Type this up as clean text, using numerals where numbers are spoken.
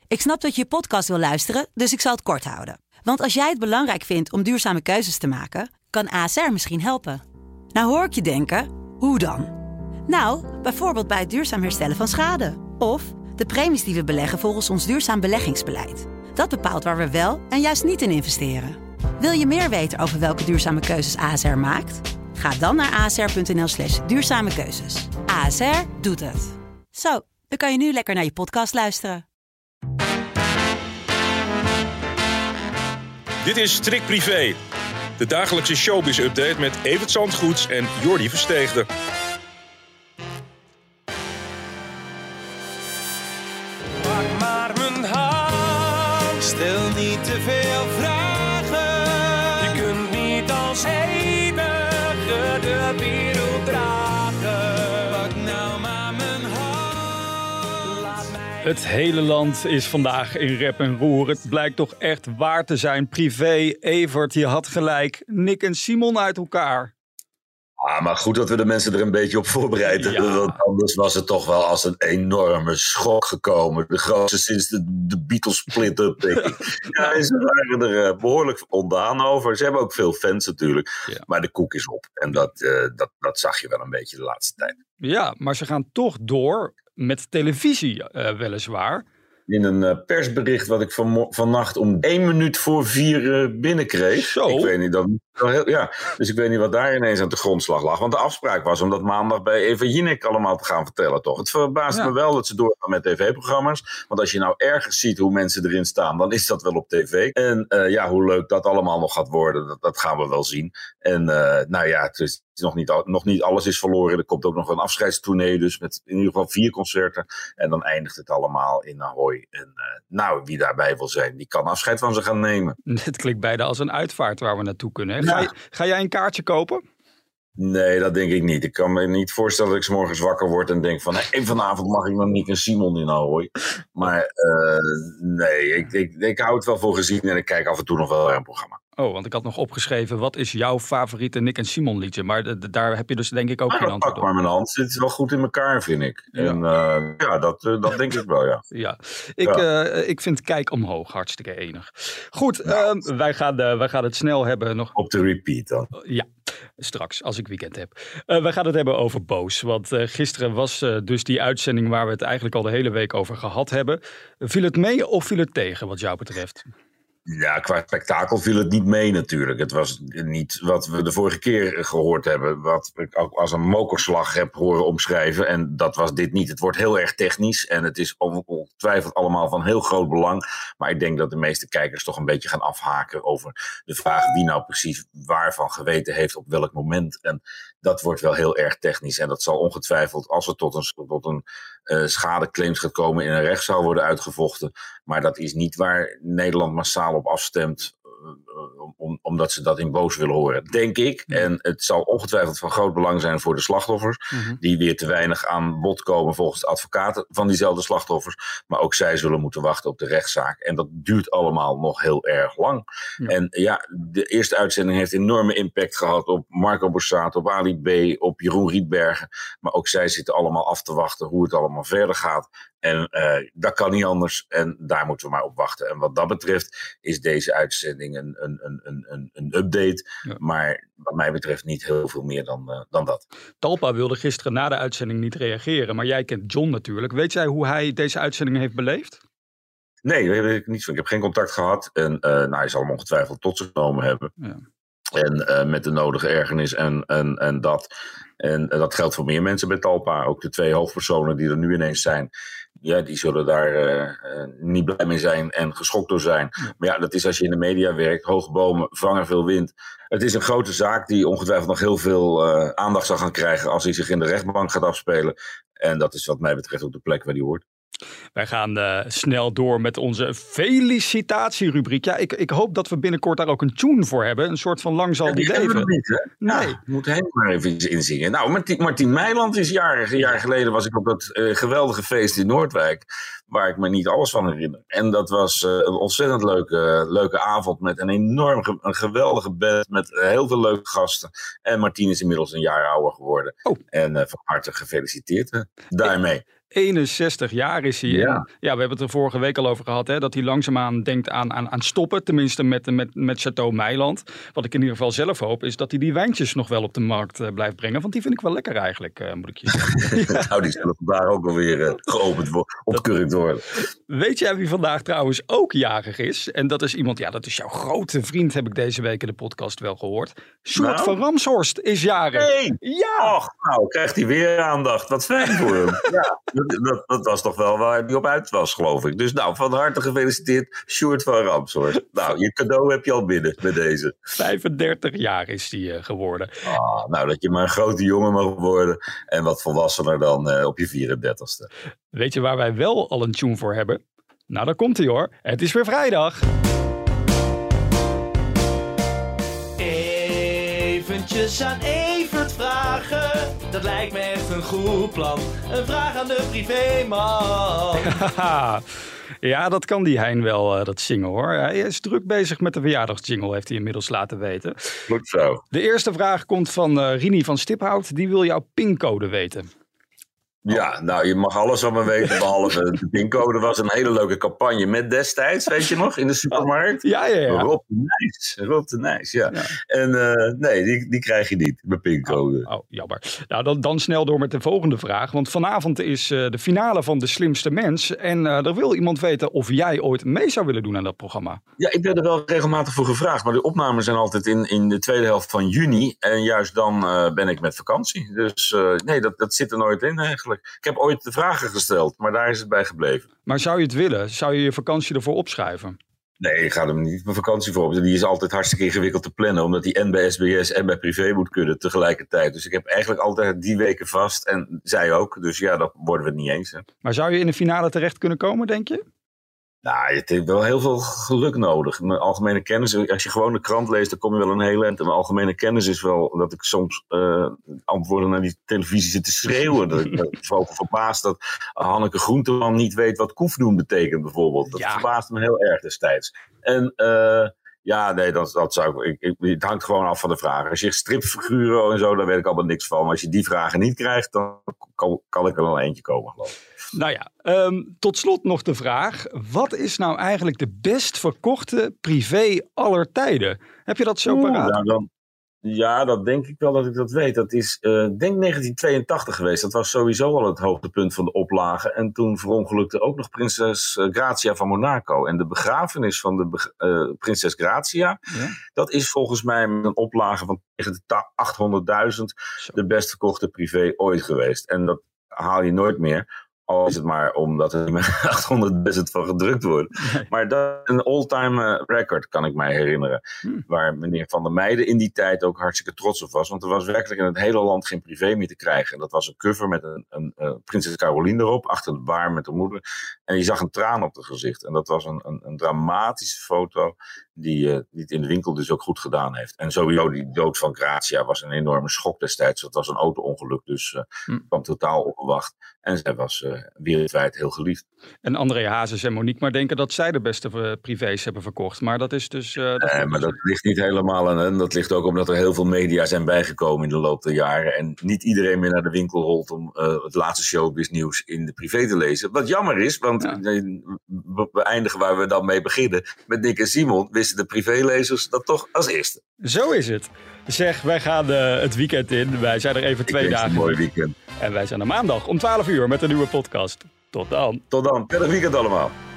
Ik snap dat je podcast wil luisteren, dus ik zal het kort houden. Want als jij het belangrijk vindt om duurzame keuzes te maken, kan ASR misschien helpen. Nou hoor ik je denken, hoe dan? Nou, bijvoorbeeld bij het duurzaam herstellen van schade. Of de premies die we beleggen volgens ons duurzaam beleggingsbeleid. Dat bepaalt waar we wel en juist niet in investeren. Wil je meer weten over welke duurzame keuzes ASR maakt? Ga dan naar asr.nl/duurzame keuzes. ASR doet het. Zo, dan kan je nu lekker naar je podcast luisteren. Dit is Strik Privé, de dagelijkse showbiz-update met Evert Zandgoeds en Jordi Versteegde. Pak maar mijn hand, stel niet te veel vragen. Je kunt niet als enige de wereld dragen. Pak nou maar mijn hand, laat mij... Het hele land is vandaag in rep en roer. Het blijkt toch echt waar te zijn. Privé, Evert, je had gelijk. Nick en Simon uit elkaar. Maar goed dat we de mensen er een beetje op voorbereid hebben. Ja. Want anders was het toch wel als een enorme schok gekomen. De grootste sinds de Beatles split-up, denk ik. Ja, ze waren er behoorlijk ontdaan over. Ze hebben ook veel fans natuurlijk. Ja. Maar de koek is op. En dat zag je wel een beetje de laatste tijd. Ja, maar ze gaan toch door met televisie weliswaar. In een persbericht wat ik vannacht om 1 minuut voor 4 binnenkreeg. Zo. Ik weet niet, dus ik weet niet wat daar ineens aan de grondslag lag. Want de afspraak was om dat maandag bij Eva Jinek allemaal te gaan vertellen, toch? Het verbaast me wel dat ze doorgaan met tv-programma's. Want als je nou ergens ziet hoe mensen erin staan, dan is dat wel op tv. En hoe leuk dat allemaal nog gaat worden, dat gaan we wel zien. En het is nog niet alles is verloren. Er komt ook nog een afscheidstournee, dus met in ieder geval 4 concerten. En dan eindigt het allemaal in Ahoy. En wie daarbij wil zijn, die kan afscheid van ze gaan nemen. Het klinkt bijna als een uitvaart waar we naartoe kunnen. Hè? Ja. Ga jij een kaartje kopen? Nee, dat denk ik niet. Ik kan me niet voorstellen dat ik 's morgens wakker word en denk van... vanavond mag ik nog Nick en Simon in Ahoy. Maar nee, ik hou het wel voor gezien en ik kijk af en toe nog wel naar een programma. Oh, want ik had nog opgeschreven, wat is jouw favoriete Nick en Simon liedje? Maar daar heb je dus denk ik ook geen antwoord Pak op. maar mijn hand. Het zit wel goed in elkaar, vind ik. Ja. En dat denk ik wel, ja. Ja, ik vind Kijk Omhoog hartstikke enig. Goed, wij gaan het snel hebben nog. Op de repeat dan. Ja, straks als ik weekend heb. Wij gaan het hebben over Boos. Want gisteren was dus die uitzending waar we het eigenlijk al de hele week over gehad hebben. Viel het mee of viel het tegen wat jou betreft? Ja, qua spektakel viel het niet mee natuurlijk. Het was niet wat we de vorige keer gehoord hebben. Wat ik ook als een mokerslag heb horen omschrijven. En dat was dit niet. Het wordt heel erg technisch. En het is ongetwijfeld allemaal van heel groot belang. Maar ik denk dat de meeste kijkers toch een beetje gaan afhaken over de vraag wie nou precies waarvan geweten heeft op welk moment. En dat wordt wel heel erg technisch. En dat zal ongetwijfeld, als het tot een schadeclaims gaat komen, in een rechtszaal worden uitgevochten. Maar dat is niet waar Nederland massaal op afstemt, omdat ze dat in Boos willen horen, denk ik. En het zal ongetwijfeld van groot belang zijn voor de slachtoffers, die weer te weinig aan bod komen volgens de advocaten van diezelfde slachtoffers. Maar ook zij zullen moeten wachten op de rechtszaak. En dat duurt allemaal nog heel erg lang. Ja. En de eerste uitzending heeft enorme impact gehad op Marco Borsato, op Ali B., op Jeroen Rietbergen. Maar ook zij zitten allemaal af te wachten hoe het allemaal verder gaat. En dat kan niet anders. En daar moeten we maar op wachten. En wat dat betreft is deze uitzending een update. Ja. Maar wat mij betreft niet heel veel meer dan dat. Talpa wilde gisteren na de uitzending niet reageren. Maar jij kent John natuurlijk. Weet jij hoe hij deze uitzending heeft beleefd? Nee, dat weet ik niet. Ik heb geen contact gehad. En hij zal hem ongetwijfeld tot zich genomen hebben. Ja. En met de nodige ergernis en dat. En dat geldt voor meer mensen bij Talpa. Ook de 2 hoofdpersonen die er nu ineens zijn. Ja, die zullen daar niet blij mee zijn en geschokt door zijn. Ja. Maar ja, dat is als je in de media werkt. Hoge bomen vangen veel wind. Het is een grote zaak die ongetwijfeld nog heel veel aandacht zal gaan krijgen als hij zich in de rechtbank gaat afspelen. En dat is wat mij betreft ook de plek waar hij hoort. Wij gaan snel door met onze felicitatierubriek. Ja, ik hoop dat we binnenkort daar ook een tune voor hebben. Een soort van lang zal die leven. Hebben we niet, hè? Nee. Ja, moet helemaal maar even inzingen. Nou, Martien Meiland is jarig. Een jaar geleden was ik op dat geweldige feest in Noordwijk. Waar ik me niet alles van herinner. En dat was een ontzettend leuke avond. Met een geweldige band. Met heel veel leuke gasten. En Martien is inmiddels een jaar ouder geworden. Oh. En van harte gefeliciteerd daarmee. 61 jaar is hij. Ja. En, we hebben het er vorige week al over gehad. Hè, dat hij langzaamaan denkt aan stoppen. Tenminste met Château Meiland. Wat ik in ieder geval zelf hoop is dat hij die wijntjes nog wel op de markt blijft brengen. Want die vind ik wel lekker eigenlijk, moet ik je zeggen. Nou, die zullen vandaag ook alweer geopend ontkurkt worden. Weet jij wie vandaag trouwens ook jarig is? En dat is iemand, dat is jouw grote vriend, heb ik deze week in de podcast wel gehoord. Sjoerd van Ramshorst is jarig. Nee! Ja! Och, nou krijgt hij weer aandacht. Wat fijn voor hem. Ja, dat was toch wel waar hij op uit was, geloof ik. Dus nou, van harte gefeliciteerd, Sjoerd van Ramshorst. Nou, je cadeau heb je al binnen met deze. 35 jaar is hij geworden. Nou, dat je maar een grote jongen mag worden. En wat volwassener dan op je 34ste. Weet je waar wij wel al een tune voor hebben? Nou, daar komt hij hoor. Het is weer vrijdag. Eventjes aan Evert vragen, dat lijkt me echt een goed plan. Een vraag aan de privéman. Ja, dat kan die Hein wel, dat zingen hoor. Hij is druk bezig met de verjaardagsjingle, heeft hij inmiddels laten weten. Goed zo. De eerste vraag komt van Rini van Stiphout. Die wil jouw pincode weten. Ja, nou, je mag alles van me weten, behalve de pincode. Was een hele leuke campagne met destijds, weet je nog, in de supermarkt. Ja. Rob de Nijs, ja. En nee, die krijg je niet, mijn pincode. Jammer. Nou, dan snel door met de volgende vraag. Want vanavond is de finale van De Slimste Mens. En er wil iemand weten of jij ooit mee zou willen doen aan dat programma. Ja, ik ben er wel regelmatig voor gevraagd. Maar de opnames zijn altijd in de tweede helft van juni. En juist dan ben ik met vakantie. Dus nee, dat zit er nooit in eigenlijk. Ik heb ooit de vragen gesteld, maar daar is het bij gebleven. Maar zou je het willen? Zou je je vakantie ervoor opschrijven? Nee, ik ga er niet mijn vakantie voor op. Die is altijd hartstikke ingewikkeld te plannen, omdat die en bij SBS en bij privé moet kunnen tegelijkertijd. Dus ik heb eigenlijk altijd die weken vast en zij ook. Dus ja, daar worden we het niet eens. Hè. Maar zou je in de finale terecht kunnen komen, denk je? Nou, het heeft wel heel veel geluk nodig. Mijn algemene kennis, als je gewoon de krant leest, dan kom je wel een hele eind. En mijn algemene kennis is wel dat ik soms antwoorden naar die televisie zit te schreeuwen. Dat ik me verbaasd dat Hanneke Groenteman niet weet wat koefdoen betekent bijvoorbeeld. Dat verbaasde me heel erg destijds. En nee, dat zou ik. Het hangt gewoon af van de vragen. Als je stripfiguren en zo, daar weet ik allemaal niks van. Maar als je die vragen niet krijgt, dan kan ik er wel eentje komen, geloof ik. Nou ja, tot slot nog de vraag. Wat is nou eigenlijk de best verkochte privé aller tijden? Heb je dat zo paraat? Ja, dat denk ik wel dat ik dat weet. Dat is, denk 1982 geweest. Dat was sowieso al het hoogtepunt van de oplage. En toen verongelukte ook nog prinses Grazia van Monaco. En de begrafenis van de prinses Grazia, dat is volgens mij met een oplage van tegen de 800.000 de best verkochte privé ooit geweest. En dat haal je nooit meer. Al is het maar omdat er niet meer 800.000 van gedrukt wordt. Nee. Maar dat is een all-time record, kan ik mij herinneren. Waar meneer Van der Meijden in die tijd ook hartstikke trots op was. Want er was werkelijk in het hele land geen privé meer te krijgen. En dat was een cover met een prinses Caroline erop, achter de baar met haar moeder. En je zag een traan op haar gezicht. En dat was een dramatische foto die het in de winkel dus ook goed gedaan heeft. En sowieso die dood van Grazia was een enorme schok destijds. Dat was een auto-ongeluk, dus kwam totaal onverwacht. En zij was wereldwijd heel geliefd. En André Hazes en Monique maar denken dat zij de beste privés hebben verkocht. Maar dat is dus... maar dat ligt niet helemaal aan hen. Dat ligt ook omdat er heel veel media zijn bijgekomen in de loop der jaren. En niet iedereen meer naar de winkel rolt om het laatste showbiz nieuws in de privé te lezen. Wat jammer is, want we eindigen waar we dan mee beginnen. Met Nick en Simon wisten de privélezers dat toch als eerste. Zo is het. Zeg, wij gaan het weekend in. Wij zijn er even 2 dagen. Een mooi weekend. En wij zijn er maandag om 12 uur met een nieuwe podcast. Tot dan. Tot dan. Prettig weekend allemaal.